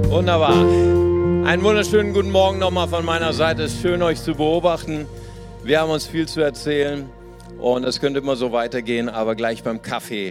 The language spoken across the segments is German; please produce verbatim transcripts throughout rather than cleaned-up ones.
Wunderbar. Einen wunderschönen guten Morgen nochmal von meiner Seite. Es ist schön, euch zu beobachten. Wir haben uns viel zu erzählen und es könnte immer so weitergehen, aber gleich beim Kaffee,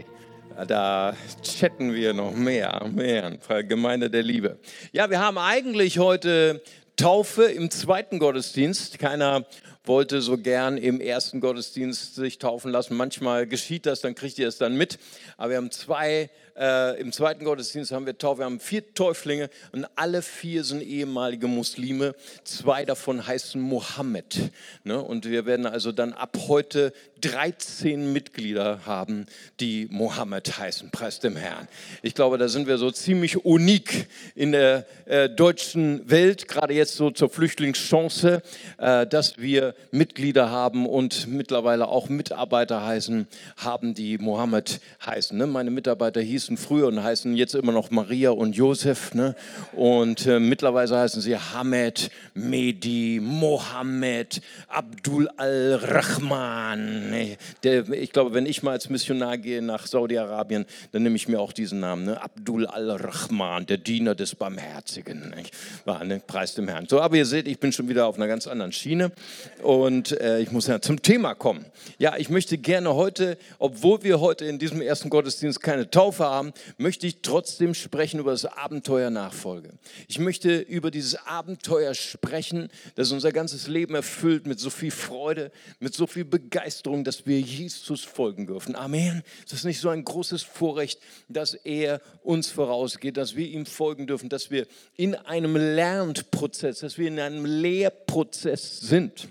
da chatten wir noch mehr, mehr. Gemeinde der Liebe. Ja, wir haben eigentlich heute Taufe im zweiten Gottesdienst. Keiner wollte so gern im ersten Gottesdienst sich taufen lassen. Manchmal geschieht das, dann kriegt ihr es dann mit. Aber wir haben zwei, äh, im zweiten Gottesdienst haben wir Taufe, wir haben vier Täuflinge und alle vier sind ehemalige Muslime. Zwei davon heißen Mohammed. Ne? Und wir werden also dann ab heute dreizehn Mitglieder haben, die Mohammed heißen. Preis dem Herrn. Ich glaube, da sind wir so ziemlich unik in der äh, deutschen Welt, gerade jetzt so zur Flüchtlingschance, äh, dass wir Mitglieder haben und mittlerweile auch Mitarbeiter heißen, haben, die Mohammed heißen. Ne? Meine Mitarbeiter hießen früher und heißen jetzt immer noch Maria und Josef. Ne? Und äh, mittlerweile heißen sie Hamed, Mehdi, Mohammed, Abdul al-Rahman. Nee, der, ich glaube, wenn ich mal als Missionar gehe nach Saudi-Arabien, dann nehme ich mir auch diesen Namen. Ne? Abdul al-Rahman, der Diener des Barmherzigen. Ne? War, ne? Preis dem Herrn. So, aber ihr seht, ich bin schon wieder auf einer ganz anderen Schiene. Und äh, ich muss ja zum Thema kommen. Ja, ich möchte gerne heute, obwohl wir heute in diesem ersten Gottesdienst keine Taufe haben, möchte ich trotzdem sprechen über das Abenteuer Nachfolge. Ich möchte über dieses Abenteuer sprechen, das unser ganzes Leben erfüllt mit so viel Freude, mit so viel Begeisterung, dass wir Jesus folgen dürfen. Amen. Ist das nicht so ein großes Vorrecht, dass er uns vorausgeht, dass wir ihm folgen dürfen, dass wir in einem Lernprozess, dass wir in einem Lehrprozess sind.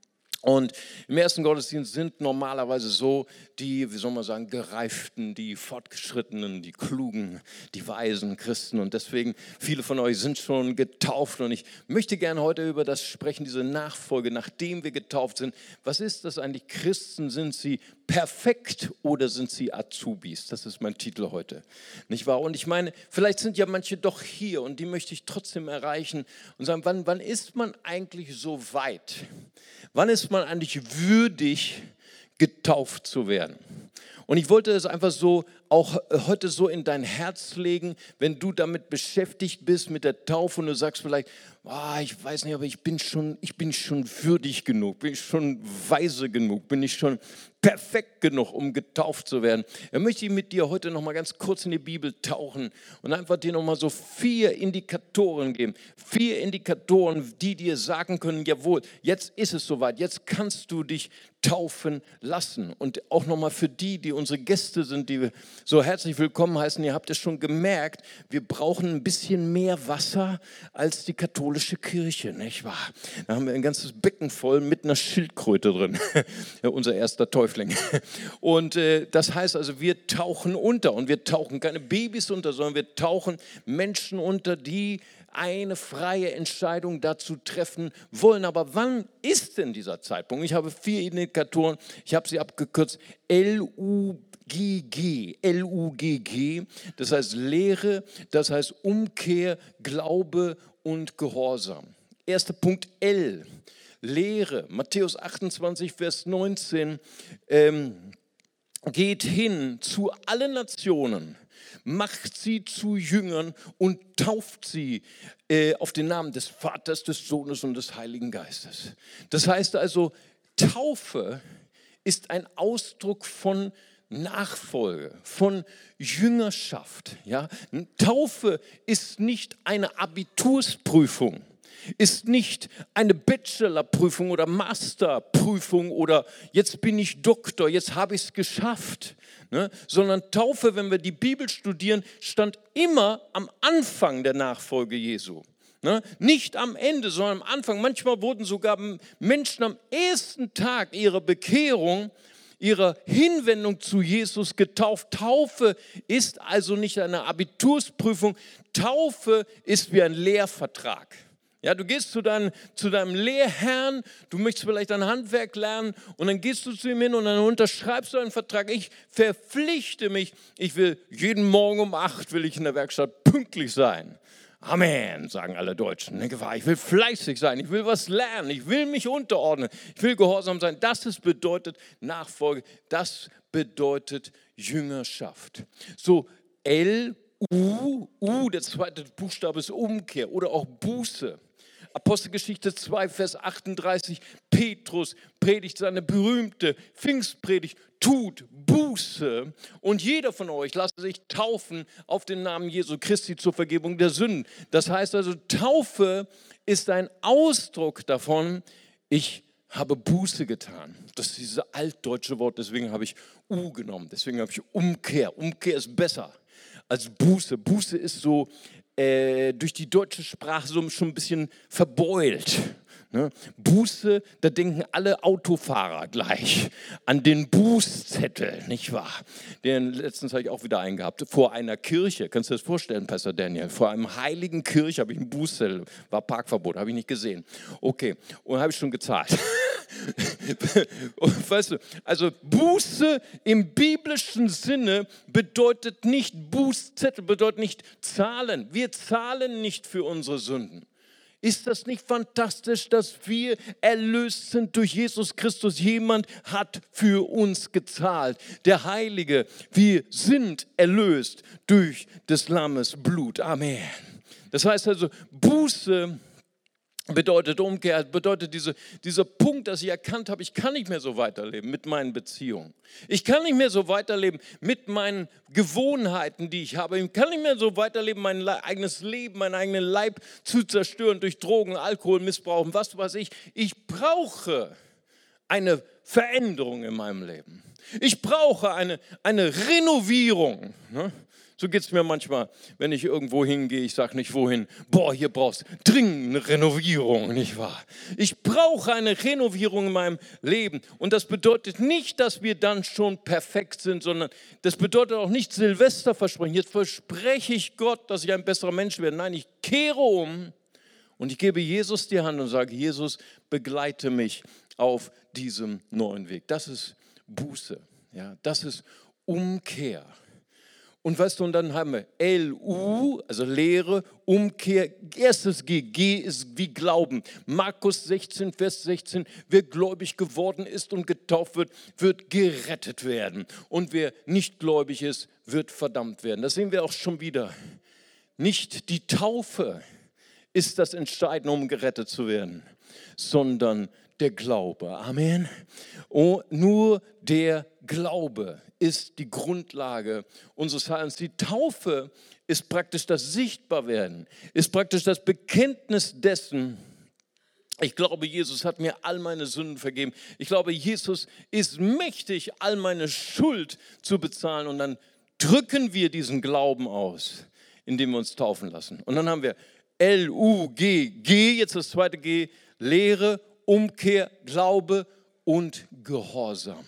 Und im ersten Gottesdienst sind normalerweise so die, wie soll man sagen, gereiften, die fortgeschrittenen, die klugen, die weisen Christen. Und deswegen, viele von euch sind schon getauft. Und ich möchte gerne heute über das sprechen, diese Nachfolge, nachdem wir getauft sind. Was ist das eigentlich? Christen, sind sie perfekt oder sind sie Azubis? Das ist mein Titel heute, nicht wahr? Und ich meine, vielleicht sind ja manche doch hier und die möchte ich trotzdem erreichen und sagen, wann, wann ist man eigentlich so weit? Wann ist man eigentlich würdig, getauft zu werden? Und ich wollte es einfach so auch heute so in dein Herz legen, wenn du damit beschäftigt bist mit der Taufe und du sagst vielleicht, oh, ich weiß nicht, aber ich bin schon, ich bin schon würdig genug, bin ich schon weise genug, bin ich schon perfekt genug, um getauft zu werden. Dann möchte ich mit dir heute noch mal ganz kurz in die Bibel tauchen und einfach dir noch mal so vier Indikatoren geben. Vier Indikatoren, die dir sagen können, jawohl, jetzt ist es soweit, jetzt kannst du dich taufen lassen. Und auch noch mal für die, die unsere Gäste sind, die wir so herzlich willkommen heißen, ihr habt es schon gemerkt, wir brauchen ein bisschen mehr Wasser als die katholische Kirche, nicht wahr? Da haben wir ein ganzes Becken voll mit einer Schildkröte drin, ja, unser erster Täufling. Und äh, das heißt also, wir tauchen unter und wir tauchen keine Babys unter, sondern wir tauchen Menschen unter, die eine freie Entscheidung dazu treffen wollen. Aber wann ist denn dieser Zeitpunkt? Ich habe vier Indikatoren, ich habe sie abgekürzt, L U G G, L U G G, das heißt Lehre, das heißt Umkehr, Glaube und Gehorsam. Erster Punkt L, Lehre, Matthäus achtundzwanzig, Vers neunzehn, ähm, geht hin zu allen Nationen, macht sie zu Jüngern und tauft sie äh, auf den Namen des Vaters, des Sohnes und des Heiligen Geistes. Das heißt also, Taufe ist ein Ausdruck von Nachfolge, von Jüngerschaft. Ja? Taufe ist nicht eine Abitursprüfung, ist nicht eine Bachelorprüfung oder Masterprüfung oder jetzt bin ich Doktor, jetzt habe ich es geschafft. Ne? Sondern Taufe, wenn wir die Bibel studieren, stand immer am Anfang der Nachfolge Jesu. Ne? Nicht am Ende, sondern am Anfang. Manchmal wurden sogar Menschen am ersten Tag ihrer Bekehrung, ihrer Hinwendung zu Jesus getauft. Taufe ist also nicht eine Abitursprüfung. Taufe ist wie ein Lehrvertrag. Ja, du gehst zu, dein, zu deinem Lehrherrn, du möchtest vielleicht ein Handwerk lernen und dann gehst du zu ihm hin und dann unterschreibst du einen Vertrag. Ich verpflichte mich, ich will jeden Morgen um acht will ich in der Werkstatt pünktlich sein. Amen, sagen alle Deutschen. Ich will fleißig sein, ich will was lernen, ich will mich unterordnen, ich will gehorsam sein. Das ist, bedeutet Nachfolge, das bedeutet Jüngerschaft. So, L U, U, der zweite Buchstabe ist Umkehr oder auch Buße. Apostelgeschichte zwei, Vers achtunddreißig, Petrus predigt seine berühmte Pfingstpredigt, tut Buße und jeder von euch lasse sich taufen auf den Namen Jesu Christi zur Vergebung der Sünden. Das heißt also, Taufe ist ein Ausdruck davon, ich habe Buße getan. Das ist dieses altdeutsche Wort, deswegen habe ich U genommen, deswegen habe ich Umkehr. Umkehr ist besser als Buße. Buße ist so äh, durch die deutsche Sprache so schon ein bisschen verbeult. Ne? Buße, da denken alle Autofahrer gleich an den Bußzettel, nicht wahr? Den letztens habe ich auch wieder einen gehabt, vor einer Kirche. Kannst du dir das vorstellen, Pastor Daniel? Vor einem heiligen Kirche habe ich einen Bußzettel, war Parkverbot, habe ich nicht gesehen. Okay, und habe ich schon gezahlt. Weißt du, also Buße im biblischen Sinne bedeutet nicht Bußzettel, bedeutet nicht zahlen. Wir zahlen nicht für unsere Sünden. Ist das nicht fantastisch, dass wir erlöst sind durch Jesus Christus? Jemand hat für uns gezahlt. Der Heilige, wir sind erlöst durch des Lammes Blut. Amen. Das heißt also, Buße bedeutet Umkehr, bedeutet diese, dieser Punkt, dass ich erkannt habe, ich kann nicht mehr so weiterleben mit meinen Beziehungen. Ich kann nicht mehr so weiterleben mit meinen Gewohnheiten, die ich habe. Ich kann nicht mehr so weiterleben, mein eigenes Leben, meinen eigenen Leib zu zerstören durch Drogen, Alkohol, Missbrauch und was weiß ich. Ich brauche eine Veränderung in meinem Leben. Ich brauche eine, eine Renovierung. Ne? So geht es mir manchmal, wenn ich irgendwo hingehe, ich sage nicht wohin, boah, hier brauchst du dringend eine Renovierung, nicht wahr? Ich brauche eine Renovierung in meinem Leben und das bedeutet nicht, dass wir dann schon perfekt sind, sondern das bedeutet auch nicht Silvester versprechen. Jetzt verspreche ich Gott, dass ich ein besserer Mensch werde. Nein, ich kehre um und ich gebe Jesus die Hand und sage, Jesus, begleite mich auf diesem neuen Weg. Das ist Buße, ja, das ist Umkehr. Und weißt du, und dann haben wir L U, also Lehre, Umkehr, erstes G, G ist wie Glauben. Markus sechzehn, Vers sechzehn, wer gläubig geworden ist und getauft wird, wird gerettet werden. Und wer nicht gläubig ist, wird verdammt werden. Das sehen wir auch schon wieder. Nicht die Taufe ist das Entscheidende, um gerettet zu werden, sondern der Glaube. Amen. Oh, nur der Glaube ist die Grundlage unseres Heils. Die Taufe ist praktisch das Sichtbarwerden, ist praktisch das Bekenntnis dessen, ich glaube, Jesus hat mir all meine Sünden vergeben. Ich glaube, Jesus ist mächtig, all meine Schuld zu bezahlen. Und dann drücken wir diesen Glauben aus, indem wir uns taufen lassen. Und dann haben wir L U G, G, jetzt das zweite G, Lehre, Umkehr, Glaube und Gehorsam.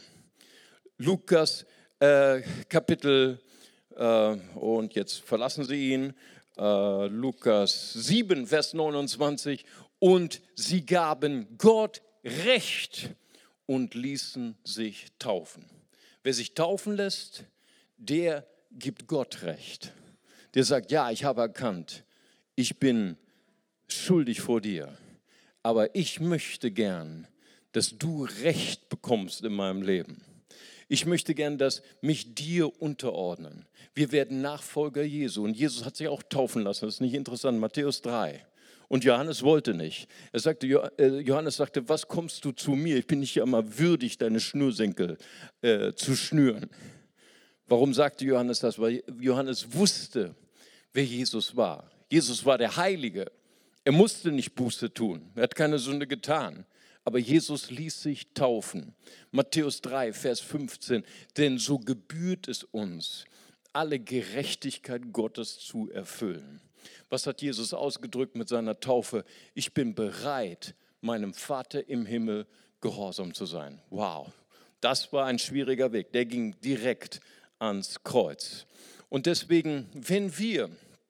Lukas äh, Kapitel, äh, und jetzt verlassen Sie ihn, äh, Lukas sieben, Vers neunundzwanzig. Und sie gaben Gott Recht und ließen sich taufen. Wer sich taufen lässt, der gibt Gott Recht. Der sagt, ja, ich habe erkannt, ich bin schuldig vor dir. Aber ich möchte gern, dass du Recht bekommst in meinem Leben. Ich möchte gern, dass mich dir unterordnen. Wir werden Nachfolger Jesu. Und Jesus hat sich auch taufen lassen. Das ist nicht interessant. Matthäus drei. Und Johannes wollte nicht. Er sagte, Johannes sagte, was kommst du zu mir? Ich bin nicht einmal würdig, deine Schnürsenkel äh, zu schnüren. Warum sagte Johannes das? Weil Johannes wusste, wer Jesus war. Jesus war der Heilige. Er musste nicht Buße tun. Er hat keine Sünde getan. Aber Jesus ließ sich taufen. Matthäus drei, Vers fünfzehn. Denn so gebührt es uns, alle Gerechtigkeit Gottes zu erfüllen. Was hat Jesus ausgedrückt mit seiner Taufe? Ich bin bereit, meinem Vater im Himmel gehorsam zu sein. Wow, das war ein schwieriger Weg. Der ging direkt ans Kreuz. Und deswegen, wenn wir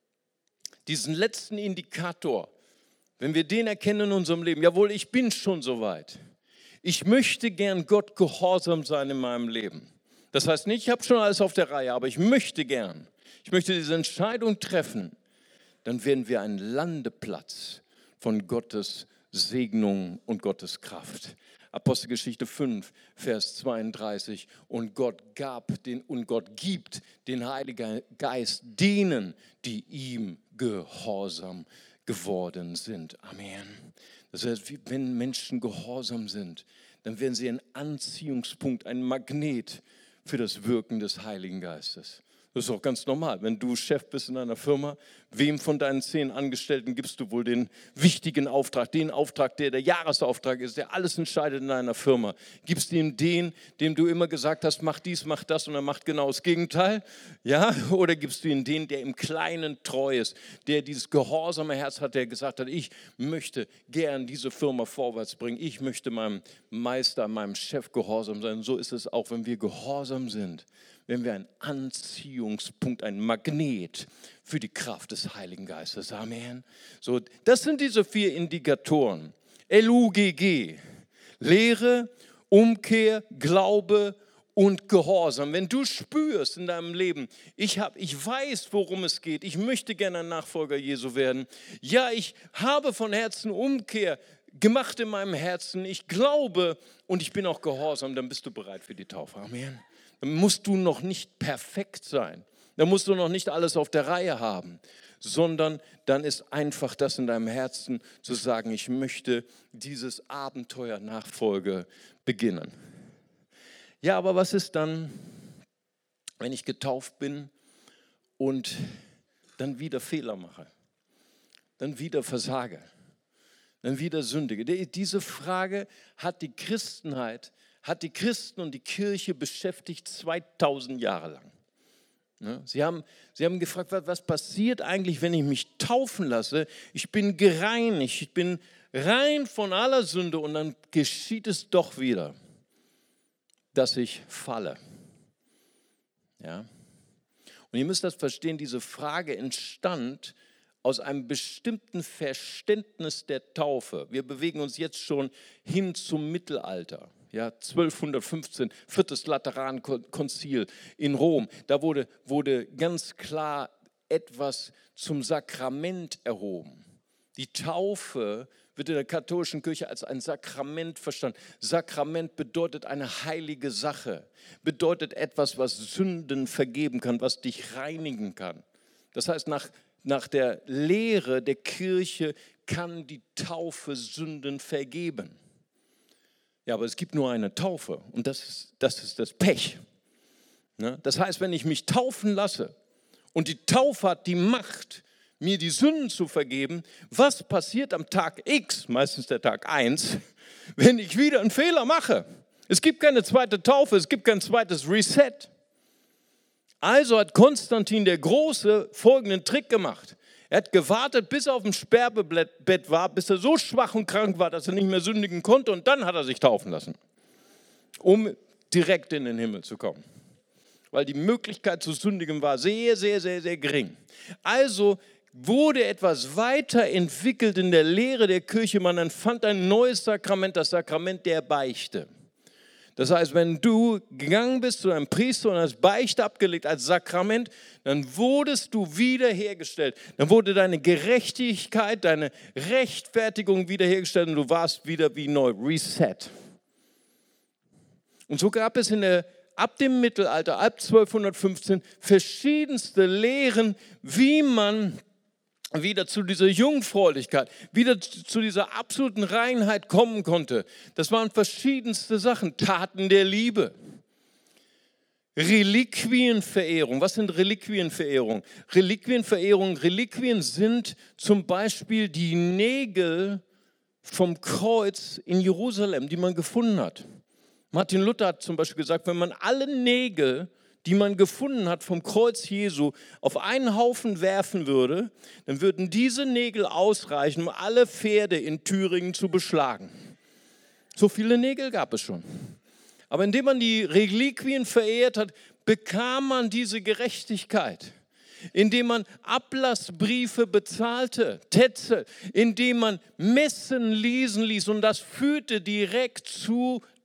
diesen letzten Indikator, wenn wir den erkennen in unserem Leben, jawohl, ich bin schon soweit. Ich möchte gern Gott gehorsam sein in meinem Leben. Das heißt nicht, ich habe schon alles auf der Reihe, aber ich möchte gern. Ich möchte diese Entscheidung treffen. Dann werden wir ein Landeplatz von Gottes Segnung und Gottes Kraft. Apostelgeschichte fünf, Vers zweiunddreißig. Und Gott gab den, und Gott gibt den Heiligen Geist denen, die ihm gehorsam geworden sind. Amen. Das heißt, wenn Menschen gehorsam sind, dann werden sie ein Anziehungspunkt, ein Magnet für das Wirken des Heiligen Geistes. Das ist auch ganz normal. Wenn du Chef bist in einer Firma, wem von deinen zehn Angestellten gibst du wohl den wichtigen Auftrag, den Auftrag, der der Jahresauftrag ist, der alles entscheidet in einer Firma? Gibst du ihm den, dem du immer gesagt hast, mach dies, mach das, und er macht genau das Gegenteil? Ja? Oder gibst du ihm den, der im Kleinen treu ist, der dieses gehorsame Herz hat, der gesagt hat, ich möchte gern diese Firma vorwärts bringen, ich möchte meinem Meister, meinem Chef gehorsam sein. Und so ist es auch, wenn wir gehorsam sind. Wenn wir ein Anziehungspunkt, ein Magnet für die Kraft des Heiligen Geistes. Amen. So, das sind diese vier Indikatoren. L U G G. Lehre, Umkehr, Glaube und Gehorsam. Wenn du spürst in deinem Leben, ich, hab, ich weiß, worum es geht, ich möchte gerne ein Nachfolger Jesu werden. Ja, ich habe von Herzen Umkehr gemacht in meinem Herzen. Ich glaube und ich bin auch gehorsam. Dann bist du bereit für die Taufe. Amen. Dann musst du noch nicht perfekt sein. Dann musst du noch nicht alles auf der Reihe haben, sondern dann ist einfach das in deinem Herzen zu sagen, ich möchte dieses Abenteuer Nachfolge beginnen. Ja, aber was ist dann, wenn ich getauft bin und dann wieder Fehler mache, dann wieder versage, dann wieder sündige? Diese Frage hat die Christenheit hat die Christen und die Kirche beschäftigt zweitausend Jahre lang. Sie haben, sie haben gefragt, was passiert eigentlich, wenn ich mich taufen lasse? Ich bin gereinigt, ich bin rein von aller Sünde und dann geschieht es doch wieder, dass ich falle. Ja? Und ihr müsst das verstehen, diese Frage entstand aus einem bestimmten Verständnis der Taufe. Wir bewegen uns jetzt schon hin zum Mittelalter. Ja, zwölfhundertfünfzehn, viertes Laterankonzil in Rom. Da wurde, wurde ganz klar etwas zum Sakrament erhoben. Die Taufe wird in der katholischen Kirche als ein Sakrament verstanden. Sakrament bedeutet eine heilige Sache, bedeutet etwas, was Sünden vergeben kann, was dich reinigen kann. Das heißt, nach, nach der Lehre der Kirche kann die Taufe Sünden vergeben. Ja, aber es gibt nur eine Taufe und das ist das, ist das Pech. Das heißt, wenn ich mich taufen lasse und die Taufe hat die Macht, mir die Sünden zu vergeben, was passiert am Tag X, meistens der Tag eins, wenn ich wieder einen Fehler mache? Es gibt keine zweite Taufe, es gibt kein zweites Reset. Also hat Konstantin der Große folgenden Trick gemacht. Er hat gewartet, bis er auf dem Sterbebett war, bis er so schwach und krank war, dass er nicht mehr sündigen konnte, und dann hat er sich taufen lassen, um direkt in den Himmel zu kommen. Weil die Möglichkeit zu sündigen war sehr, sehr, sehr, sehr gering. Also wurde etwas weiterentwickelt in der Lehre der Kirche. Man empfand ein neues Sakrament, das Sakrament der Beichte. Das heißt, wenn du gegangen bist zu einem Priester und hast Beichte abgelegt als Sakrament, dann wurdest du wiederhergestellt. Dann wurde deine Gerechtigkeit, deine Rechtfertigung wiederhergestellt und du warst wieder wie neu, Reset. Und so gab es in der, ab dem Mittelalter, ab zwölfhundertfünfzehn, verschiedenste Lehren, wie man wieder zu dieser Jungfräulichkeit, wieder zu dieser absoluten Reinheit kommen konnte. Das waren verschiedenste Sachen. Taten der Liebe. Reliquienverehrung. Was sind Reliquienverehrung? Reliquienverehrung, Reliquien sind zum Beispiel die Nägel vom Kreuz in Jerusalem, die man gefunden hat. Martin Luther hat zum Beispiel gesagt, wenn man alle Nägel, die man gefunden hat vom Kreuz Jesu, auf einen Haufen werfen würde, dann würden diese Nägel ausreichen, um alle Pferde in Thüringen zu beschlagen. So viele Nägel gab es schon. Aber indem man die Reliquien verehrt hat, bekam man diese Gerechtigkeit. Indem man Ablassbriefe bezahlte, Tetzel, indem man Messen lesen ließ, und das führte direkt zu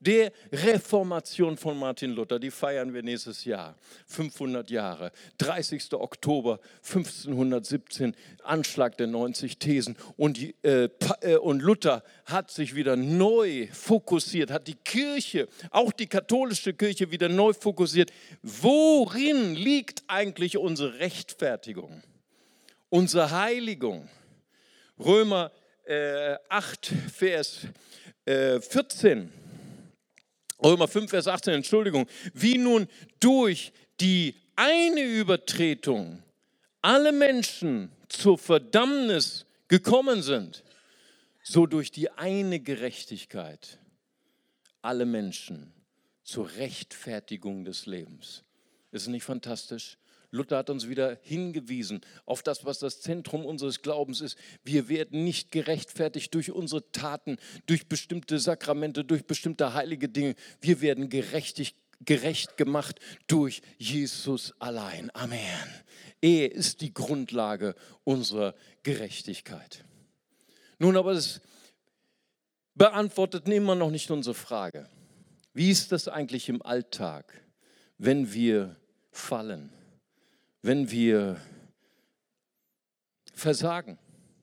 der Reformation von Martin Luther. Die feiern wir nächstes Jahr. fünfhundert Jahre. dreißigster Oktober fünfzehnhundertsiebzehn, Anschlag der neunzig Thesen. Und, die, äh, und Luther hat sich wieder neu fokussiert, hat die Kirche, auch die katholische Kirche, wieder neu fokussiert. Worin liegt eigentlich unsere Rechtfertigung, unsere Heiligung? Römer äh, acht, Vers äh, vierzehn. Römer fünf, Vers achtzehn, Entschuldigung. Wie nun durch die eine Übertretung alle Menschen zur Verdammnis gekommen sind, so durch die eine Gerechtigkeit alle Menschen zur Rechtfertigung des Lebens. Ist es nicht fantastisch? Luther hat uns wieder hingewiesen auf das, was das Zentrum unseres Glaubens ist. Wir werden nicht gerechtfertigt durch unsere Taten, durch bestimmte Sakramente, durch bestimmte heilige Dinge. Wir werden gerechtig, gerecht gemacht durch Jesus allein. Amen. Er ist die Grundlage unserer Gerechtigkeit. Nun, aber es beantwortet immer noch nicht unsere Frage. Wie ist das eigentlich im Alltag, wenn wir fallen? Wenn wir versagen.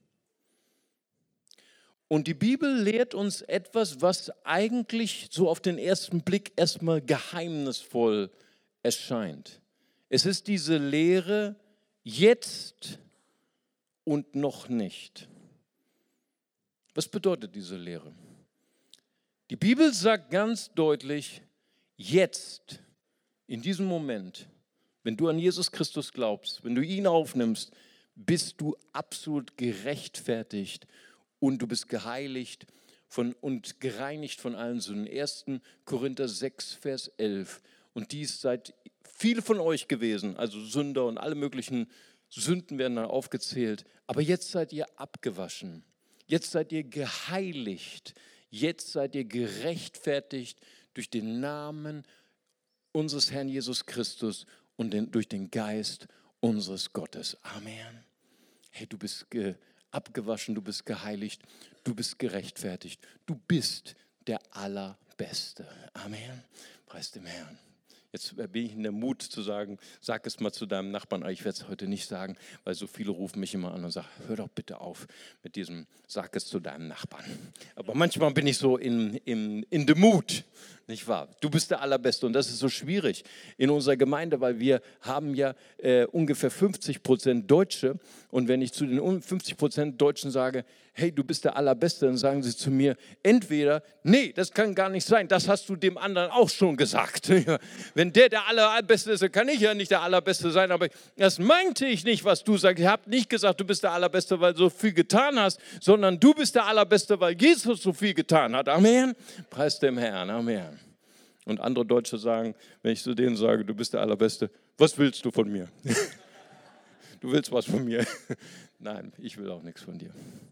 Und die Bibel lehrt uns etwas, was eigentlich so auf den ersten Blick erstmal geheimnisvoll erscheint. Es ist diese Lehre jetzt und noch nicht. Was bedeutet diese Lehre? Die Bibel sagt ganz deutlich, jetzt, in diesem Moment, wenn du an Jesus Christus glaubst, wenn du ihn aufnimmst, bist du absolut gerechtfertigt und du bist geheiligt von, und gereinigt von allen Sünden. erster Korinther sechs, Vers elf. Und dies seid viele von euch gewesen, also Sünder und alle möglichen Sünden werden dann aufgezählt. Aber jetzt seid ihr abgewaschen. Jetzt seid ihr geheiligt. Jetzt seid ihr gerechtfertigt durch den Namen unseres Herrn Jesus Christus und den, durch den Geist unseres Gottes. Amen. Hey, du bist ge, abgewaschen, du bist geheiligt, du bist gerechtfertigt. Du bist der Allerbeste. Amen. Preis dem Herrn. Jetzt bin ich in der Mut zu sagen, sag es mal zu deinem Nachbarn, aber ich werde es heute nicht sagen, weil so viele rufen mich immer an und sagen, hör doch bitte auf mit diesem, sag es zu deinem Nachbarn. Aber manchmal bin ich so in, in, in the mood, nicht wahr? Du bist der Allerbeste und das ist so schwierig in unserer Gemeinde, weil wir haben ja äh, ungefähr fünfzig Prozent Deutsche und wenn ich zu den fünfzig Prozent Deutschen sage, hey, du bist der Allerbeste, dann sagen sie zu mir, entweder, nee, das kann gar nicht sein, das hast du dem anderen auch schon gesagt. Wenn der der Allerbeste ist, dann kann ich ja nicht der Allerbeste sein, aber das meinte ich nicht, was du sagst. Ich habe nicht gesagt, du bist der Allerbeste, weil du so viel getan hast, sondern du bist der Allerbeste, weil Jesus so viel getan hat. Amen. Preis dem Herrn. Amen. Und andere Deutsche sagen, wenn ich zu denen sage, du bist der Allerbeste, was willst du von mir? Du willst was von mir? Nein, ich will auch nichts von dir.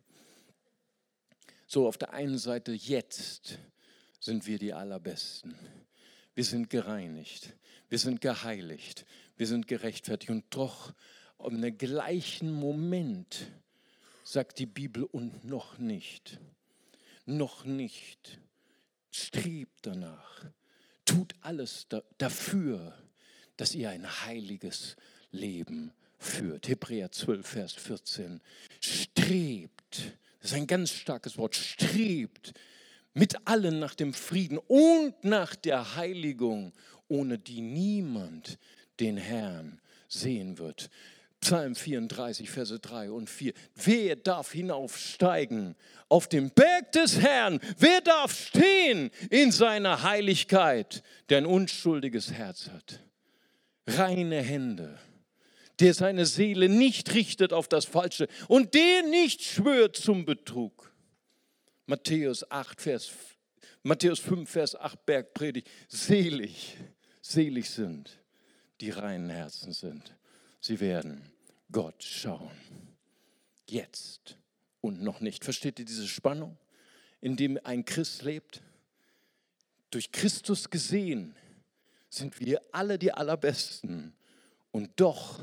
So, auf der einen Seite jetzt sind wir die Allerbesten. Wir sind gereinigt, wir sind geheiligt, wir sind gerechtfertigt. Und doch, im gleichen Moment sagt die Bibel und noch nicht. Noch nicht. Strebt danach. Tut alles da, dafür, dass ihr ein heiliges Leben führt. Hebräer zwölf, Vers vierzehn. Strebt. Das ist ein ganz starkes Wort. Strebt mit allen nach dem Frieden und nach der Heiligung, ohne die niemand den Herrn sehen wird. Psalm vierunddreißig, Verse drei und vier. Wer darf hinaufsteigen auf den Berg des Herrn? Wer darf stehen in seiner Heiligkeit, der ein unschuldiges Herz hat? Reine Hände, der seine Seele nicht richtet auf das Falsche und der nicht schwört zum Betrug. Matthäus acht, Vers, Matthäus fünf, Vers acht, Bergpredigt. Selig, selig sind, die reinen Herzen sind. Sie werden Gott schauen. Jetzt und noch nicht. Versteht ihr diese Spannung, in dem ein Christ lebt? Durch Christus gesehen sind wir alle die Allerbesten. Und doch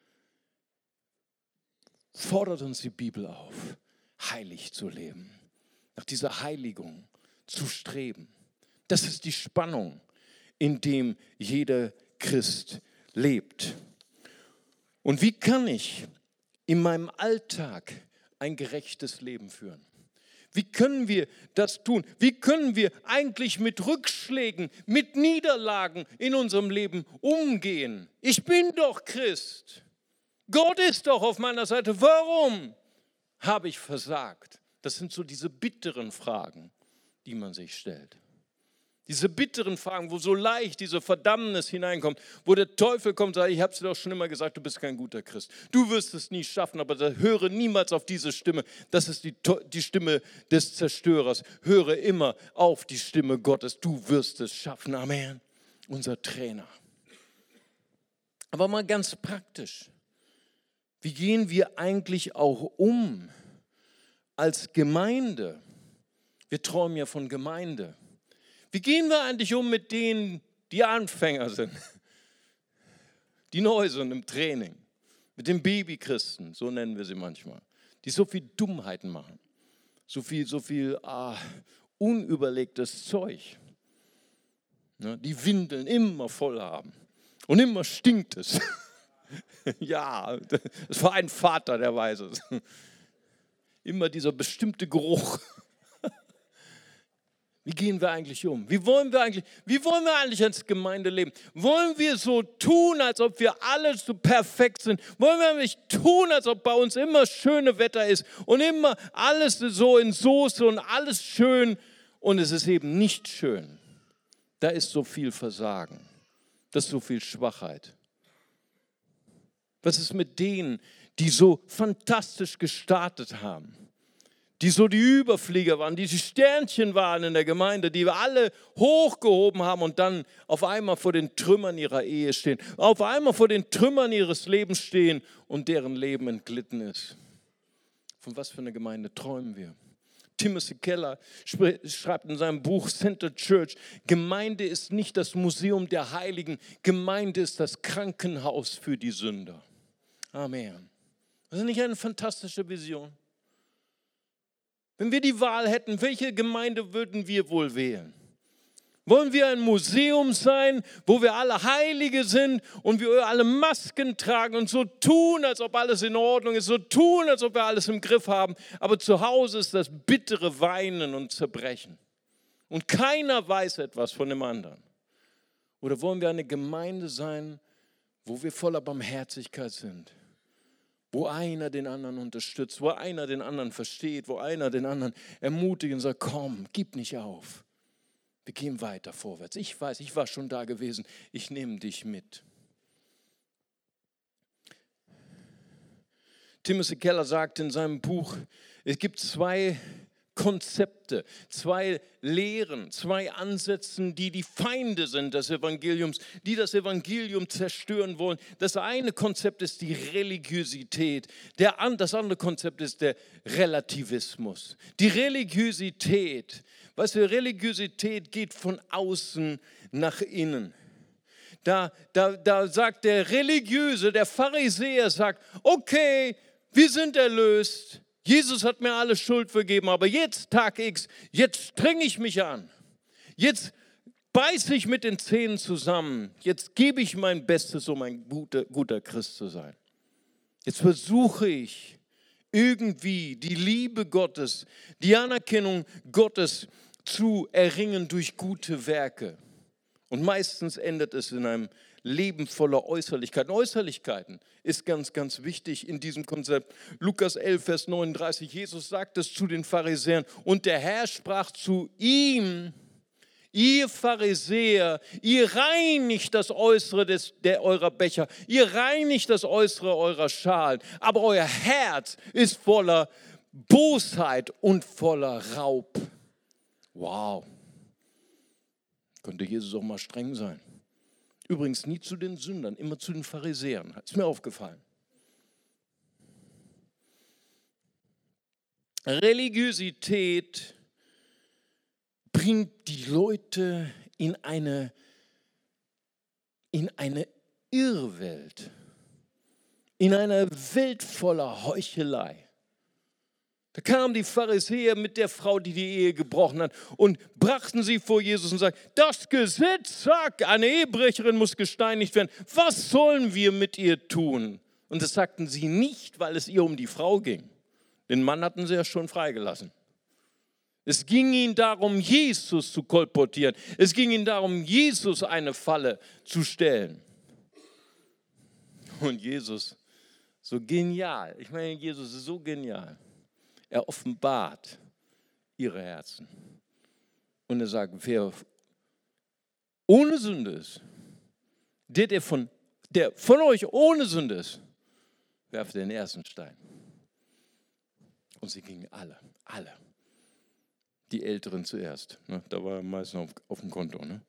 fordert uns die Bibel auf, heilig zu leben, nach dieser Heiligung zu streben. Das ist die Spannung, in dem jeder Christ lebt. Und wie kann ich in meinem Alltag ein gerechtes Leben führen? Wie können wir das tun? Wie können wir eigentlich mit Rückschlägen, mit Niederlagen in unserem Leben umgehen? Ich bin doch Christ. Gott ist doch auf meiner Seite. Warum habe ich versagt? Das sind so diese bitteren Fragen, die man sich stellt. Diese bitteren Fragen, wo so leicht diese Verdammnis hineinkommt, wo der Teufel kommt und sagt, ich habe es dir doch schon immer gesagt, du bist kein guter Christ. Du wirst es nie schaffen, aber höre niemals auf diese Stimme. Das ist die, die Stimme des Zerstörers. Höre immer auf die Stimme Gottes. Du wirst es schaffen. Amen. Unser Trainer. Aber mal ganz praktisch. Wie gehen wir eigentlich auch um als Gemeinde? Wir träumen ja von Gemeinde. Wie gehen wir eigentlich um mit denen, die Anfänger sind, die neu sind im Training, mit den Babychristen, so nennen wir sie manchmal, die so viel Dummheiten machen, so viel, so viel ah, unüberlegtes Zeug, ne, die Windeln immer voll haben und immer stinkt es. Ja, es war ein Vater, der weiß es. Immer dieser bestimmte Geruch. Wie gehen wir eigentlich um? Wie wollen wir eigentlich, wie wollen wir eigentlich als Gemeinde leben? Wollen wir so tun, als ob wir alle so perfekt sind? Wollen wir nicht tun, als ob bei uns immer schöne Wetter ist und immer alles so in Soße und alles schön und es ist eben nicht schön? Da ist so viel Versagen, da ist so viel Schwachheit. Was ist mit denen, die so fantastisch gestartet haben? Die so die Überflieger waren, die die Sternchen waren in der Gemeinde, die wir alle hochgehoben haben und dann auf einmal vor den Trümmern ihrer Ehe stehen, auf einmal vor den Trümmern ihres Lebens stehen und deren Leben entglitten ist. Von was für einer Gemeinde träumen wir? Timothy Keller schreibt in seinem Buch Center Church, Gemeinde ist nicht das Museum der Heiligen, Gemeinde ist das Krankenhaus für die Sünder. Amen. Das ist nicht eine fantastische Vision? Wenn wir die Wahl hätten, welche Gemeinde würden wir wohl wählen? Wollen wir ein Museum sein, wo wir alle Heilige sind und wir alle Masken tragen und so tun, als ob alles in Ordnung ist, so tun, als ob wir alles im Griff haben, aber zu Hause ist das bittere Weinen und Zerbrechen und keiner weiß etwas von dem anderen? Oder wollen wir eine Gemeinde sein, wo wir voller Barmherzigkeit sind? Wo einer den anderen unterstützt, wo einer den anderen versteht, wo einer den anderen ermutigt und sagt, komm, gib nicht auf. Wir gehen weiter vorwärts. Ich weiß, ich war schon da gewesen, ich nehme dich mit. Timothy Keller sagt in seinem Buch, es gibt zwei Konzepte, zwei Lehren, zwei Ansätze, die die Feinde sind des Evangeliums, die das Evangelium zerstören wollen. Das eine Konzept ist die Religiosität, der, das andere Konzept ist der Relativismus. Die Religiosität, weißt du, Religiosität geht von außen nach innen. Da, da, da sagt der Religiöse, der Pharisäer sagt, okay, wir sind erlöst, Jesus hat mir alle Schuld vergeben, aber jetzt, Tag X, jetzt strenge ich mich an. Jetzt beiße ich mit den Zähnen zusammen. Jetzt gebe ich mein Bestes, um ein guter, guter Christ zu sein. Jetzt versuche ich irgendwie die Liebe Gottes, die Anerkennung Gottes zu erringen durch gute Werke. Und meistens endet es in einem Leben voller Äußerlichkeiten. Äußerlichkeiten ist ganz, ganz wichtig in diesem Konzept. Lukas elf, Vers neununddreißig, Jesus sagt es zu den Pharisäern und der Herr sprach zu ihm, ihr Pharisäer, ihr reinigt das Äußere des, der, eurer Becher, ihr reinigt das Äußere eurer Schalen, aber euer Herz ist voller Bosheit und voller Raub. Wow. Könnte Jesus auch mal streng sein. Übrigens nie zu den Sündern, immer zu den Pharisäern. Ist mir aufgefallen. Religiosität bringt die Leute in eine, in eine Irrwelt, in eine Welt voller Heuchelei. Da kamen die Pharisäer mit der Frau, die die Ehe gebrochen hat, und brachten sie vor Jesus und sagten, das Gesetz sagt, eine Ehebrecherin muss gesteinigt werden. Was sollen wir mit ihr tun? Und das sagten sie nicht, weil es ihr um die Frau ging. Den Mann hatten sie ja schon freigelassen. Es ging ihnen darum, Jesus zu kolportieren. Es ging ihnen darum, Jesus eine Falle zu stellen. Und Jesus, so genial, ich meine, Jesus ist so genial. Er offenbart ihre Herzen. Und er sagt, wer ohne Sünde ist, der, der, von, der von euch ohne Sünde ist, werft den ersten Stein. Und sie gingen alle, alle. Die Älteren zuerst. Ne? Da war er meistens auf, auf dem Konto. Ne?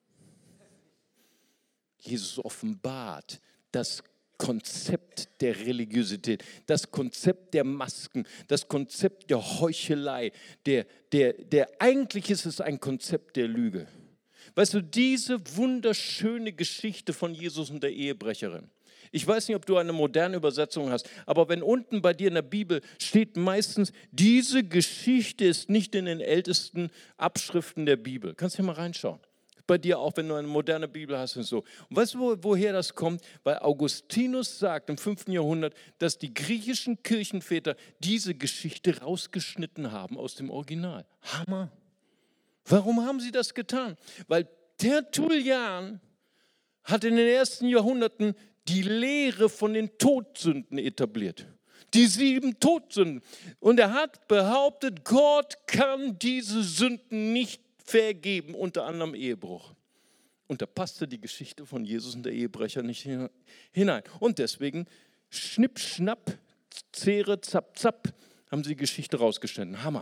Jesus offenbart das Konzept der Religiosität, das Konzept der Masken, das Konzept der Heuchelei, der, der, der eigentlich ist es ein Konzept der Lüge. Weißt du, diese wunderschöne Geschichte von Jesus und der Ehebrecherin. Ich weiß nicht, ob du eine moderne Übersetzung hast, aber wenn unten bei dir in der Bibel steht meistens, diese Geschichte ist nicht in den ältesten Abschriften der Bibel. Kannst du hier mal reinschauen. Bei dir auch, wenn du eine moderne Bibel hast und so. Und weißt du, wo, woher das kommt? Weil Augustinus sagt im fünften Jahrhundert, dass die griechischen Kirchenväter diese Geschichte rausgeschnitten haben aus dem Original. Hammer. Warum haben sie das getan? Weil Tertullian hat in den ersten Jahrhunderten die Lehre von den Todsünden etabliert. Die sieben Todsünden. Und er hat behauptet, Gott kann diese Sünden nicht vergeben, unter anderem Ehebruch. Und da passte die Geschichte von Jesus und der Ehebrecher nicht hinein. Und deswegen schnipp, schnapp, zehre, zapp, zapp, haben sie die Geschichte rausgeschnitten. Hammer.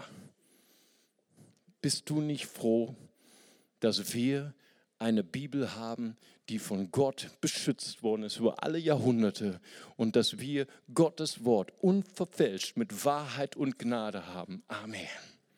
Bist du nicht froh, dass wir eine Bibel haben, die von Gott beschützt worden ist über alle Jahrhunderte und dass wir Gottes Wort unverfälscht mit Wahrheit und Gnade haben? Amen.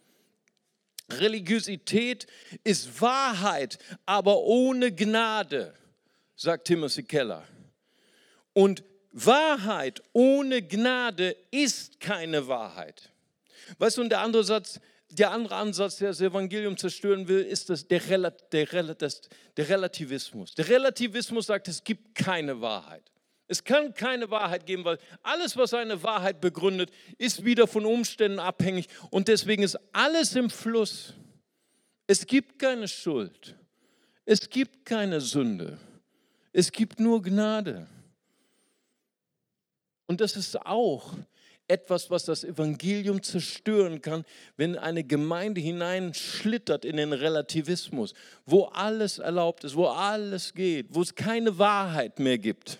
Religiosität ist Wahrheit, aber ohne Gnade, sagt Timothy Keller. Und Wahrheit ohne Gnade ist keine Wahrheit. Weißt du, und der andere Satz, der andere Ansatz, der das Evangelium zerstören will, ist das der, Relat, der, das, der Relativismus. Der Relativismus sagt, es gibt keine Wahrheit. Es kann keine Wahrheit geben, weil alles, was eine Wahrheit begründet, ist wieder von Umständen abhängig und deswegen ist alles im Fluss. Es gibt keine Schuld. Es gibt keine Sünde. Es gibt nur Gnade. Und das ist auch etwas, was das Evangelium zerstören kann, wenn eine Gemeinde hineinschlittert in den Relativismus, wo alles erlaubt ist, wo alles geht, wo es keine Wahrheit mehr gibt.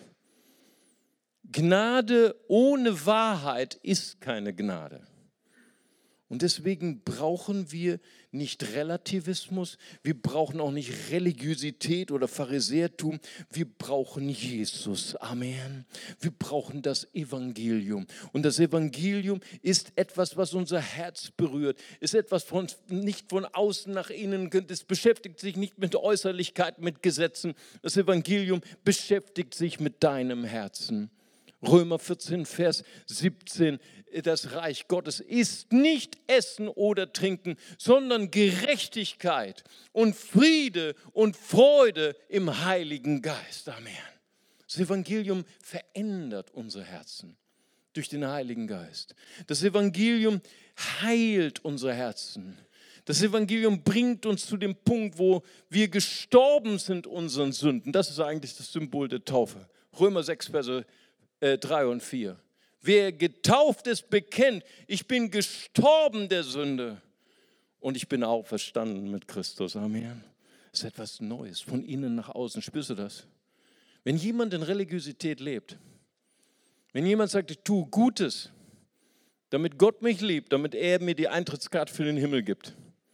Gnade ohne Wahrheit ist keine Gnade. Und deswegen brauchen wir nicht Relativismus, wir brauchen auch nicht Religiosität oder Pharisäertum, wir brauchen Jesus. Amen. Wir brauchen das Evangelium. Und das Evangelium ist etwas, was unser Herz berührt, ist etwas von, nicht von außen nach innen, es beschäftigt sich nicht mit Äußerlichkeiten, mit Gesetzen. Das Evangelium beschäftigt sich mit deinem Herzen. Römer vierzehn, Vers siebzehn, das Reich Gottes ist nicht Essen oder Trinken, sondern Gerechtigkeit und Friede und Freude im Heiligen Geist. Amen. Das Evangelium verändert unsere Herzen durch den Heiligen Geist. Das Evangelium heilt unsere Herzen. Das Evangelium bringt uns zu dem Punkt, wo wir gestorben sind unseren Sünden. Das ist eigentlich das Symbol der Taufe. Römer sechs, Verse drei und vier. Wer getauft ist, bekennt, ich bin gestorben der Sünde und ich bin auferstanden mit Christus. Amen. Das ist etwas Neues, von innen nach außen. Spürst du das? Wenn jemand in Religiosität lebt, wenn jemand sagt, ich tue Gutes, damit Gott mich liebt, damit er mir die Eintrittskarte für den Himmel gibt,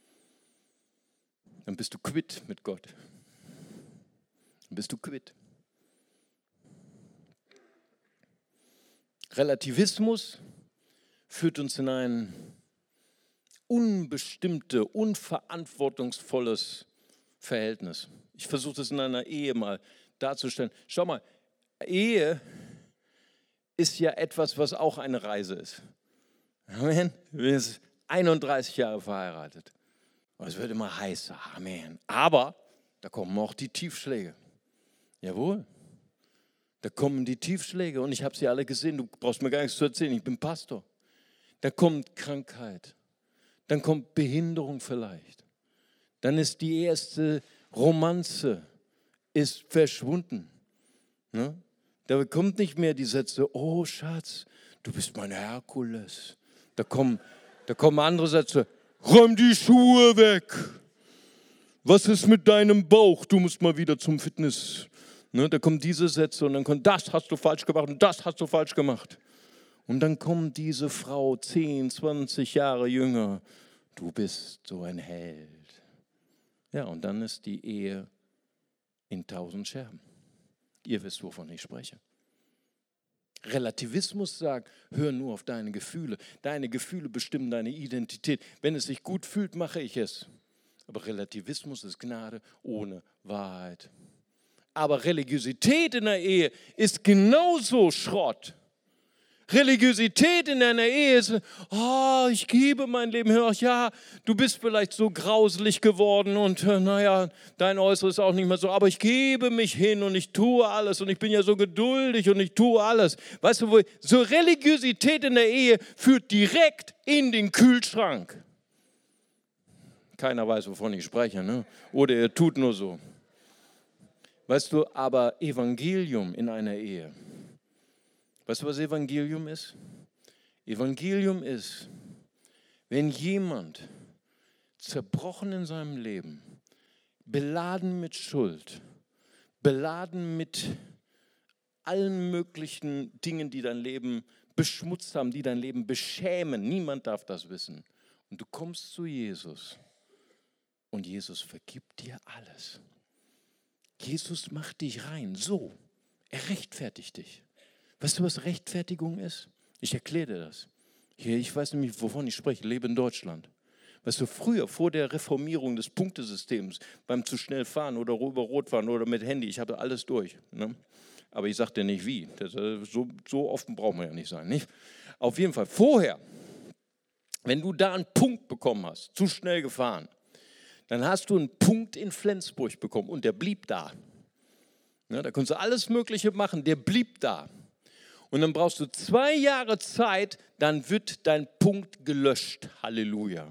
dann bist du quitt mit Gott. Dann bist du quitt. Relativismus führt uns in ein unbestimmtes, unverantwortungsvolles Verhältnis. Ich versuche das in einer Ehe mal darzustellen. Schau mal, Ehe ist ja etwas, was auch eine Reise ist. Amen. Wir sind einunddreißig Jahre verheiratet. Und es wird immer heißer. Amen. Aber da kommen auch die Tiefschläge. Jawohl. Da kommen die Tiefschläge und ich habe sie alle gesehen. Du brauchst mir gar nichts zu erzählen. Ich bin Pastor. Da kommt Krankheit. Dann kommt Behinderung vielleicht. Dann ist die erste Romanze ist verschwunden. Ne? Da kommt nicht mehr die Sätze, oh Schatz, du bist mein Herkules. Da kommen, da kommen andere Sätze, räum die Schuhe weg. Was ist mit deinem Bauch? Du musst mal wieder zum Fitness. Ne? Da kommen diese Sätze und dann kommt, das hast du falsch gemacht und das hast du falsch gemacht. Und dann kommt diese Frau zehn, zwanzig Jahre jünger. Du bist so ein Held. Ja, und dann ist die Ehe in tausend Scherben. Ihr wisst, wovon ich spreche. Relativismus sagt, hör nur auf deine Gefühle. Deine Gefühle bestimmen deine Identität. Wenn es sich gut fühlt, mache ich es. Aber Relativismus ist Gnade ohne Wahrheit. Aber Religiosität in der Ehe ist genauso Schrott. Religiosität in einer Ehe ist, oh, ich gebe mein Leben hin. Ach ja, du bist vielleicht so grauselig geworden und äh, naja, dein Äußeres ist auch nicht mehr so, aber ich gebe mich hin und ich tue alles und ich bin ja so geduldig und ich tue alles. Weißt du, wo, so Religiosität in der Ehe führt direkt in den Kühlschrank. Keiner weiß, wovon ich spreche, ne? Oder ihr tut nur so. Weißt du, aber Evangelium in einer Ehe, weißt du, was Evangelium ist? Evangelium ist, wenn jemand zerbrochen in seinem Leben, beladen mit Schuld, beladen mit allen möglichen Dingen, die dein Leben beschmutzt haben, die dein Leben beschämen, niemand darf das wissen. Und du kommst zu Jesus und Jesus vergibt dir alles. Jesus macht dich rein, so, er rechtfertigt dich. Weißt du, was Rechtfertigung ist? Ich erkläre dir das. Hier, ich weiß nämlich, wovon ich spreche. Ich lebe in Deutschland. Weißt du, früher, vor der Reformierung des Punktesystems, beim zu schnell fahren oder über Rot fahren oder mit Handy, ich hatte alles durch. Ne? Aber ich sage dir nicht wie. Das, so, so offen brauchen wir ja nicht sein. Nicht? Auf jeden Fall, vorher, wenn du da einen Punkt bekommen hast, zu schnell gefahren, dann hast du einen Punkt in Flensburg bekommen und der blieb da. Ja, da konntest du alles Mögliche machen, der blieb da. Und dann brauchst du zwei Jahre Zeit, dann wird dein Punkt gelöscht. Halleluja.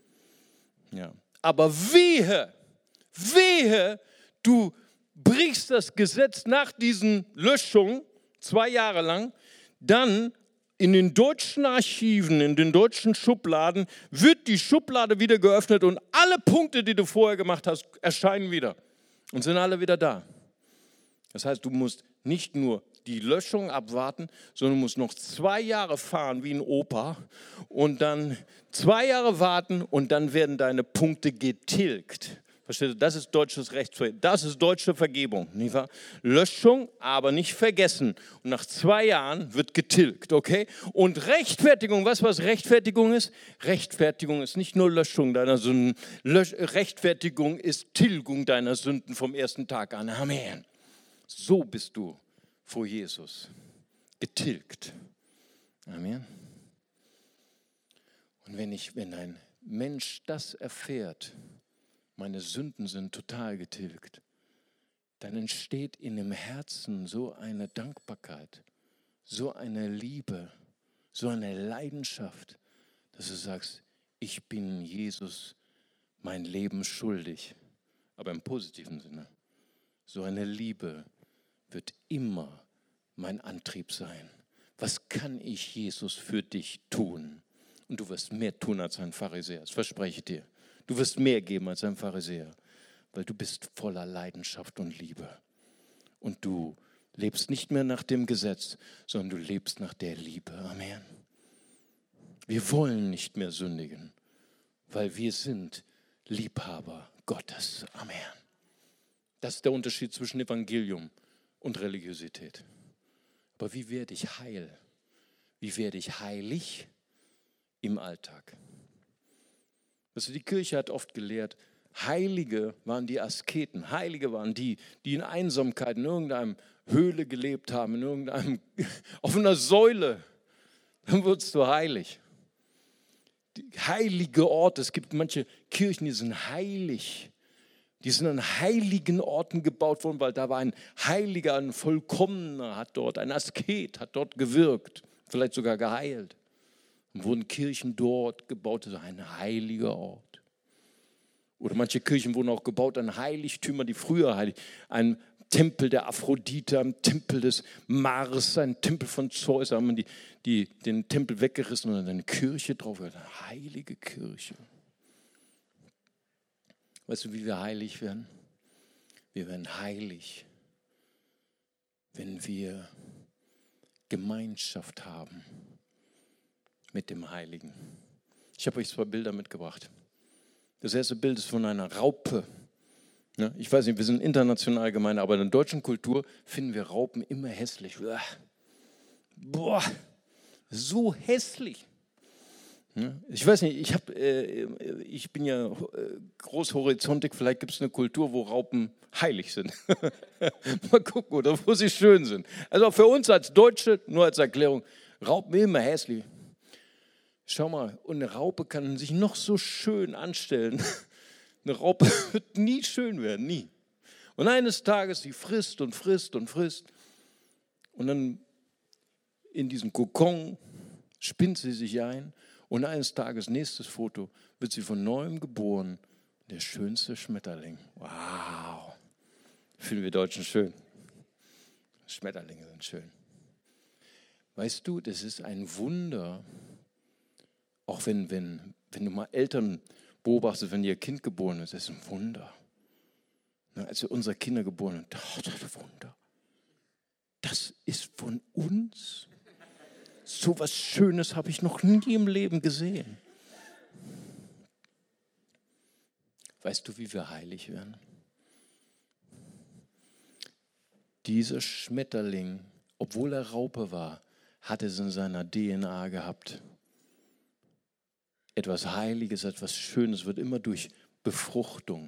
Ja. Aber wehe, wehe, du brichst das Gesetz nach diesen Löschungen, zwei Jahre lang, dann in den deutschen Archiven, in den deutschen Schubladen, wird die Schublade wieder geöffnet und alle Punkte, die du vorher gemacht hast, erscheinen wieder und sind alle wieder da. Das heißt, du musst nicht nur die Löschung abwarten, sondern du musst noch zwei Jahre fahren wie ein Opa und dann zwei Jahre warten und dann werden deine Punkte getilgt. Versteht ihr? Das ist deutsches Recht, das ist deutsche Vergebung, nicht wahr? Löschung, aber nicht vergessen. Und nach zwei Jahren wird getilgt, okay? Und Rechtfertigung, weißt du, was Rechtfertigung ist? Rechtfertigung ist nicht nur Löschung deiner Sünden, Lösch- Rechtfertigung ist Tilgung deiner Sünden vom ersten Tag an. Amen. So bist du vor Jesus getilgt. Amen. Und wenn ich, wenn ein Mensch das erfährt, meine Sünden sind total getilgt, dann entsteht in dem Herzen so eine Dankbarkeit, so eine Liebe, so eine Leidenschaft, dass du sagst, ich bin Jesus mein Leben schuldig, aber im positiven Sinne. So eine Liebe wird immer mein Antrieb sein. Was kann ich, Jesus, für dich tun? Und du wirst mehr tun als ein Pharisäer, das verspreche ich dir. Du wirst mehr geben als ein Pharisäer, weil du bist voller Leidenschaft und Liebe. Und du lebst nicht mehr nach dem Gesetz, sondern du lebst nach der Liebe. Amen. Wir wollen nicht mehr sündigen, weil wir sind Liebhaber Gottes. Amen. Das ist der Unterschied zwischen Evangelium und Religiosität. Aber wie werde ich heil? Wie werde ich heilig im Alltag? Also die Kirche hat oft gelehrt, Heilige waren die Asketen, Heilige waren die, die in Einsamkeit in irgendeinem Höhle gelebt haben, in irgendeinem, auf einer Säule. Dann wurdest du heilig. heilige Orte. Es gibt manche Kirchen, die sind heilig. Die sind an heiligen Orten gebaut worden, weil da war ein Heiliger, ein Vollkommener, hat dort, ein Asket, hat dort gewirkt, vielleicht sogar geheilt. Und wurden Kirchen dort gebaut, das ist ein heiliger Ort. Oder manche Kirchen wurden auch gebaut an Heiligtümer, die früher heilig, ein Tempel der Aphrodite, ein Tempel des Mars, ein Tempel von Zeus, da haben wir die, die, den Tempel weggerissen und dann eine Kirche drauf, eine heilige Kirche. Weißt du, wie wir heilig werden? Wir werden heilig, wenn wir Gemeinschaft haben mit dem Heiligen. Ich habe euch zwei Bilder mitgebracht. Das erste Bild ist von einer Raupe. Ich weiß nicht, wir sind international gemeint, aber in der deutschen Kultur finden wir Raupen immer hässlich. Boah, so hässlich. Ich weiß nicht, ich, hab, äh, ich bin ja großhorizontig, vielleicht gibt es eine Kultur, wo Raupen heilig sind. Mal gucken, oder wo sie schön sind. Also für uns als Deutsche, nur als Erklärung, Raupen immer hässlich. Schau mal, und eine Raupe kann sich noch so schön anstellen. Eine Raupe wird nie schön werden, nie. Und eines Tages, sie frisst und frisst und frisst. Und dann in diesem Kokon spinnt sie sich ein. Und eines Tages, nächstes Foto, wird sie von neuem geboren. Der schönste Schmetterling. Wow. Finden wir Deutschen schön. Schmetterlinge sind schön. Weißt du, das ist ein Wunder, auch wenn, wenn, wenn du mal Eltern beobachtest, wenn ihr Kind geboren ist, das ist ein Wunder. Als wir unsere Kinder geboren haben, oh, das ist ein Wunder. Das ist von uns. So was Schönes habe ich noch nie im Leben gesehen. Weißt du, wie wir heilig werden? Dieser Schmetterling, obwohl er Raupe war, hat es in seiner D N A gehabt. Etwas Heiliges, etwas Schönes wird immer durch Befruchtung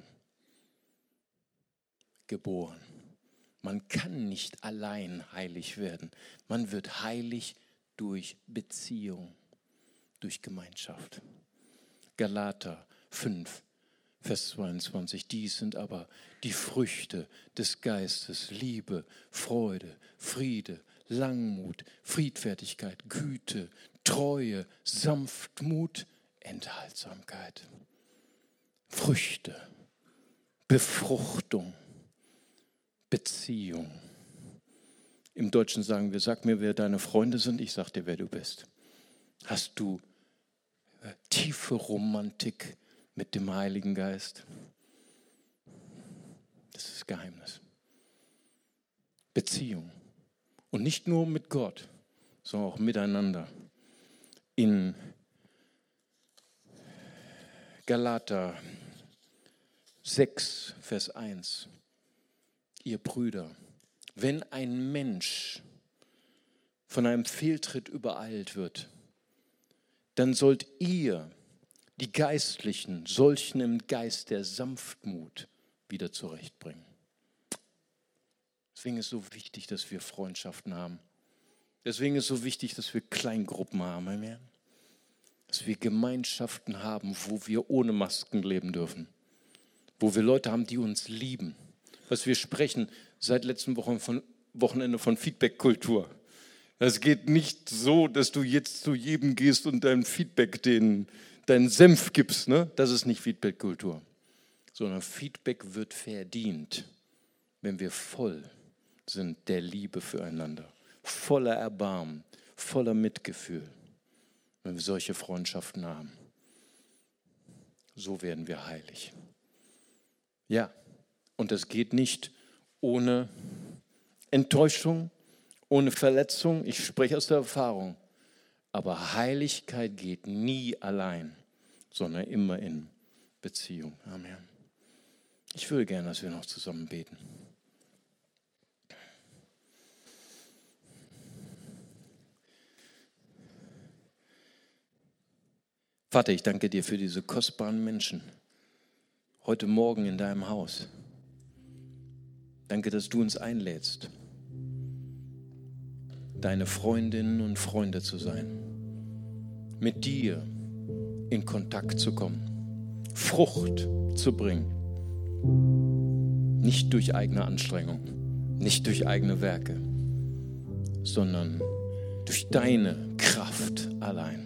geboren. Man kann nicht allein heilig werden. Man wird heilig durch Beziehung, durch Gemeinschaft. Galater fünf, Vers zweiundzwanzig. Dies sind aber die Früchte des Geistes: Liebe, Freude, Friede, Langmut, Friedfertigkeit, Güte, Treue, Sanftmut, Enthaltsamkeit. Früchte, Befruchtung, Beziehung. Im Deutschen sagen wir, sag mir, wer deine Freunde sind, ich sag dir, wer du bist. Hast du tiefe Romantik mit dem Heiligen Geist? Das ist das Geheimnis. Beziehung. Und nicht nur mit Gott, sondern auch miteinander. In Galater sechs, Vers eins. Ihr Brüder, wenn ein Mensch von einem Fehltritt übereilt wird, dann sollt ihr, die Geistlichen, solchen im Geist der Sanftmut wieder zurechtbringen. Deswegen ist es so wichtig, dass wir Freundschaften haben. Deswegen ist es so wichtig, dass wir Kleingruppen haben. Amen. Dass wir Gemeinschaften haben, wo wir ohne Masken leben dürfen. Wo wir Leute haben, die uns lieben. Was wir sprechen seit letzten Wochen von, Wochenende von Feedback-Kultur. Das geht nicht so, dass du jetzt zu jedem gehst und dein Feedback, den, deinen Senf gibst. Ne? Das ist nicht Feedback-Kultur. Sondern Feedback wird verdient, wenn wir voll sind der Liebe füreinander. Voller Erbarmen, voller Mitgefühl. Wenn wir solche Freundschaften haben. So werden wir heilig. Ja, und das geht nicht ohne Enttäuschung, ohne Verletzung. Ich spreche aus der Erfahrung. Aber Heiligkeit geht nie allein, sondern immer in Beziehung. Amen. Ich würde gerne, dass wir noch zusammen beten. Vater, ich danke dir für diese kostbaren Menschen heute Morgen in deinem Haus. Danke, dass du uns einlädst, deine Freundinnen und Freunde zu sein. Mit dir in Kontakt zu kommen, Frucht zu bringen. Nicht durch eigene Anstrengung, nicht durch eigene Werke, sondern durch deine Kraft allein.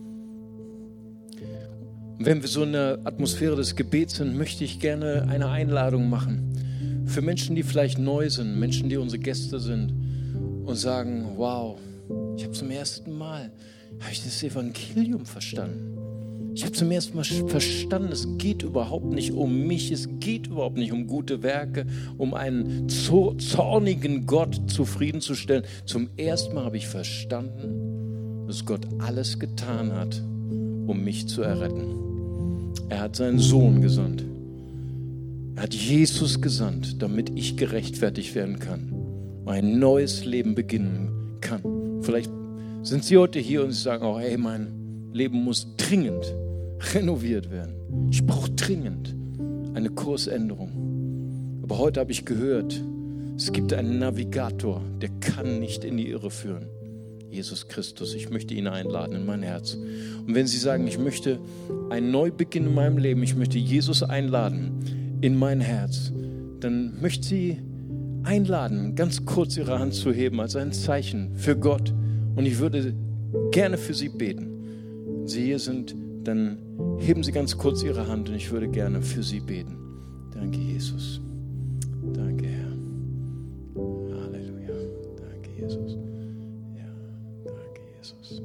Und wenn wir so in der Atmosphäre des Gebets sind, möchte ich gerne eine Einladung machen für Menschen, die vielleicht neu sind, Menschen, die unsere Gäste sind und sagen, wow, ich habe zum ersten Mal habe ich das Evangelium verstanden. Ich habe zum ersten Mal verstanden, es geht überhaupt nicht um mich, es geht überhaupt nicht um gute Werke, um einen zornigen Gott zufriedenzustellen. Zum ersten Mal habe ich verstanden, dass Gott alles getan hat, um mich zu erretten. Er hat seinen Sohn gesandt. Er hat Jesus gesandt, damit ich gerechtfertigt werden kann, ein neues Leben beginnen kann. Vielleicht sind Sie heute hier und Sie sagen auch, hey, mein Leben muss dringend renoviert werden. Ich brauche dringend eine Kursänderung. Aber heute habe ich gehört, es gibt einen Navigator, der kann nicht in die Irre führen. Jesus Christus, ich möchte ihn einladen in mein Herz. Und wenn Sie sagen, ich möchte einen Neubeginn in meinem Leben, ich möchte Jesus einladen in mein Herz, dann möchte ich Sie einladen, ganz kurz Ihre Hand zu heben als ein Zeichen für Gott. Und ich würde gerne für Sie beten. Wenn Sie hier sind, dann heben Sie ganz kurz Ihre Hand und ich würde gerne für Sie beten. Danke, Jesus. Danke, Herr. Halleluja. Danke, Jesus. Ja, danke, Jesus.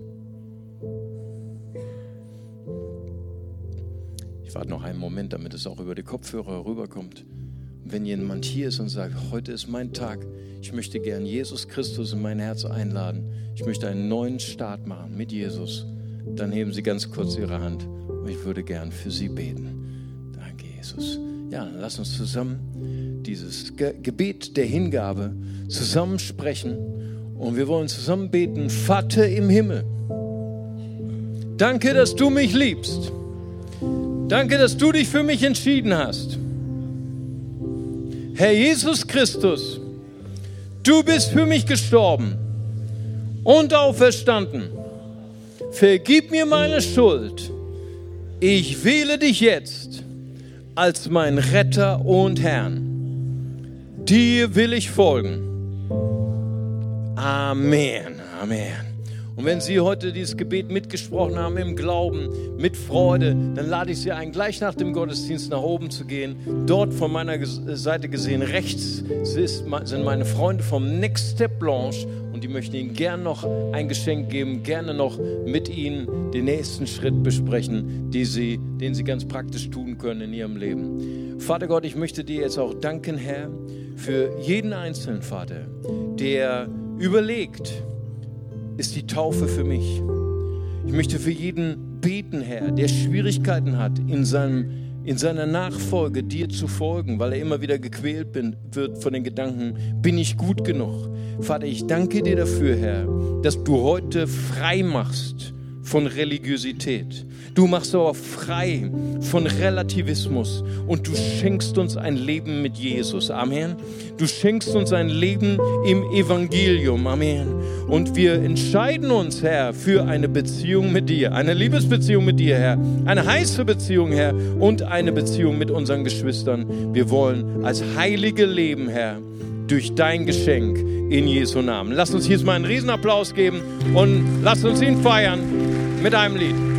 Ich warte noch einen Moment, damit es auch über die Kopfhörer rüberkommt. Und wenn jemand hier ist und sagt, heute ist mein Tag, ich möchte gern Jesus Christus in mein Herz einladen, ich möchte einen neuen Start machen mit Jesus, dann heben Sie ganz kurz Ihre Hand und ich würde gern für Sie beten. Danke, Jesus. Ja, dann lass uns zusammen dieses Ge- Gebet der Hingabe zusammen sprechen und wir wollen zusammen beten. Vater im Himmel, danke, dass du mich liebst. Danke, dass du dich für mich entschieden hast. Herr Jesus Christus, du bist für mich gestorben und auferstanden. Vergib mir meine Schuld. Ich wähle dich jetzt als mein Retter und Herrn. Dir will ich folgen. Amen, Amen. Und wenn Sie heute dieses Gebet mitgesprochen haben, im Glauben, mit Freude, dann lade ich Sie ein, gleich nach dem Gottesdienst nach oben zu gehen. Dort von meiner Seite gesehen, rechts sind meine Freunde vom Next Step Blanche und die möchten Ihnen gern noch ein Geschenk geben, gerne noch mit Ihnen den nächsten Schritt besprechen, die Sie, den Sie ganz praktisch tun können in Ihrem Leben. Vater Gott, ich möchte dir jetzt auch danken, Herr, für jeden Einzelnen, Vater, der überlegt, ist die Taufe für mich. Ich möchte für jeden beten, Herr, der Schwierigkeiten hat, in, seinem, in seiner Nachfolge dir zu folgen, weil er immer wieder gequält bin, wird von den Gedanken, bin ich gut genug? Vater, ich danke dir dafür, Herr, dass du heute frei machst von Religiosität. Du machst aber frei von Relativismus und du schenkst uns ein Leben mit Jesus. Amen. Du schenkst uns ein Leben im Evangelium. Amen. Und wir entscheiden uns, Herr, für eine Beziehung mit dir, eine Liebesbeziehung mit dir, Herr, eine heiße Beziehung, Herr, und eine Beziehung mit unseren Geschwistern. Wir wollen als Heilige leben, Herr, durch dein Geschenk in Jesu Namen. Lass uns jetzt mal einen Riesenapplaus geben und lass uns ihn feiern mit einem Lied.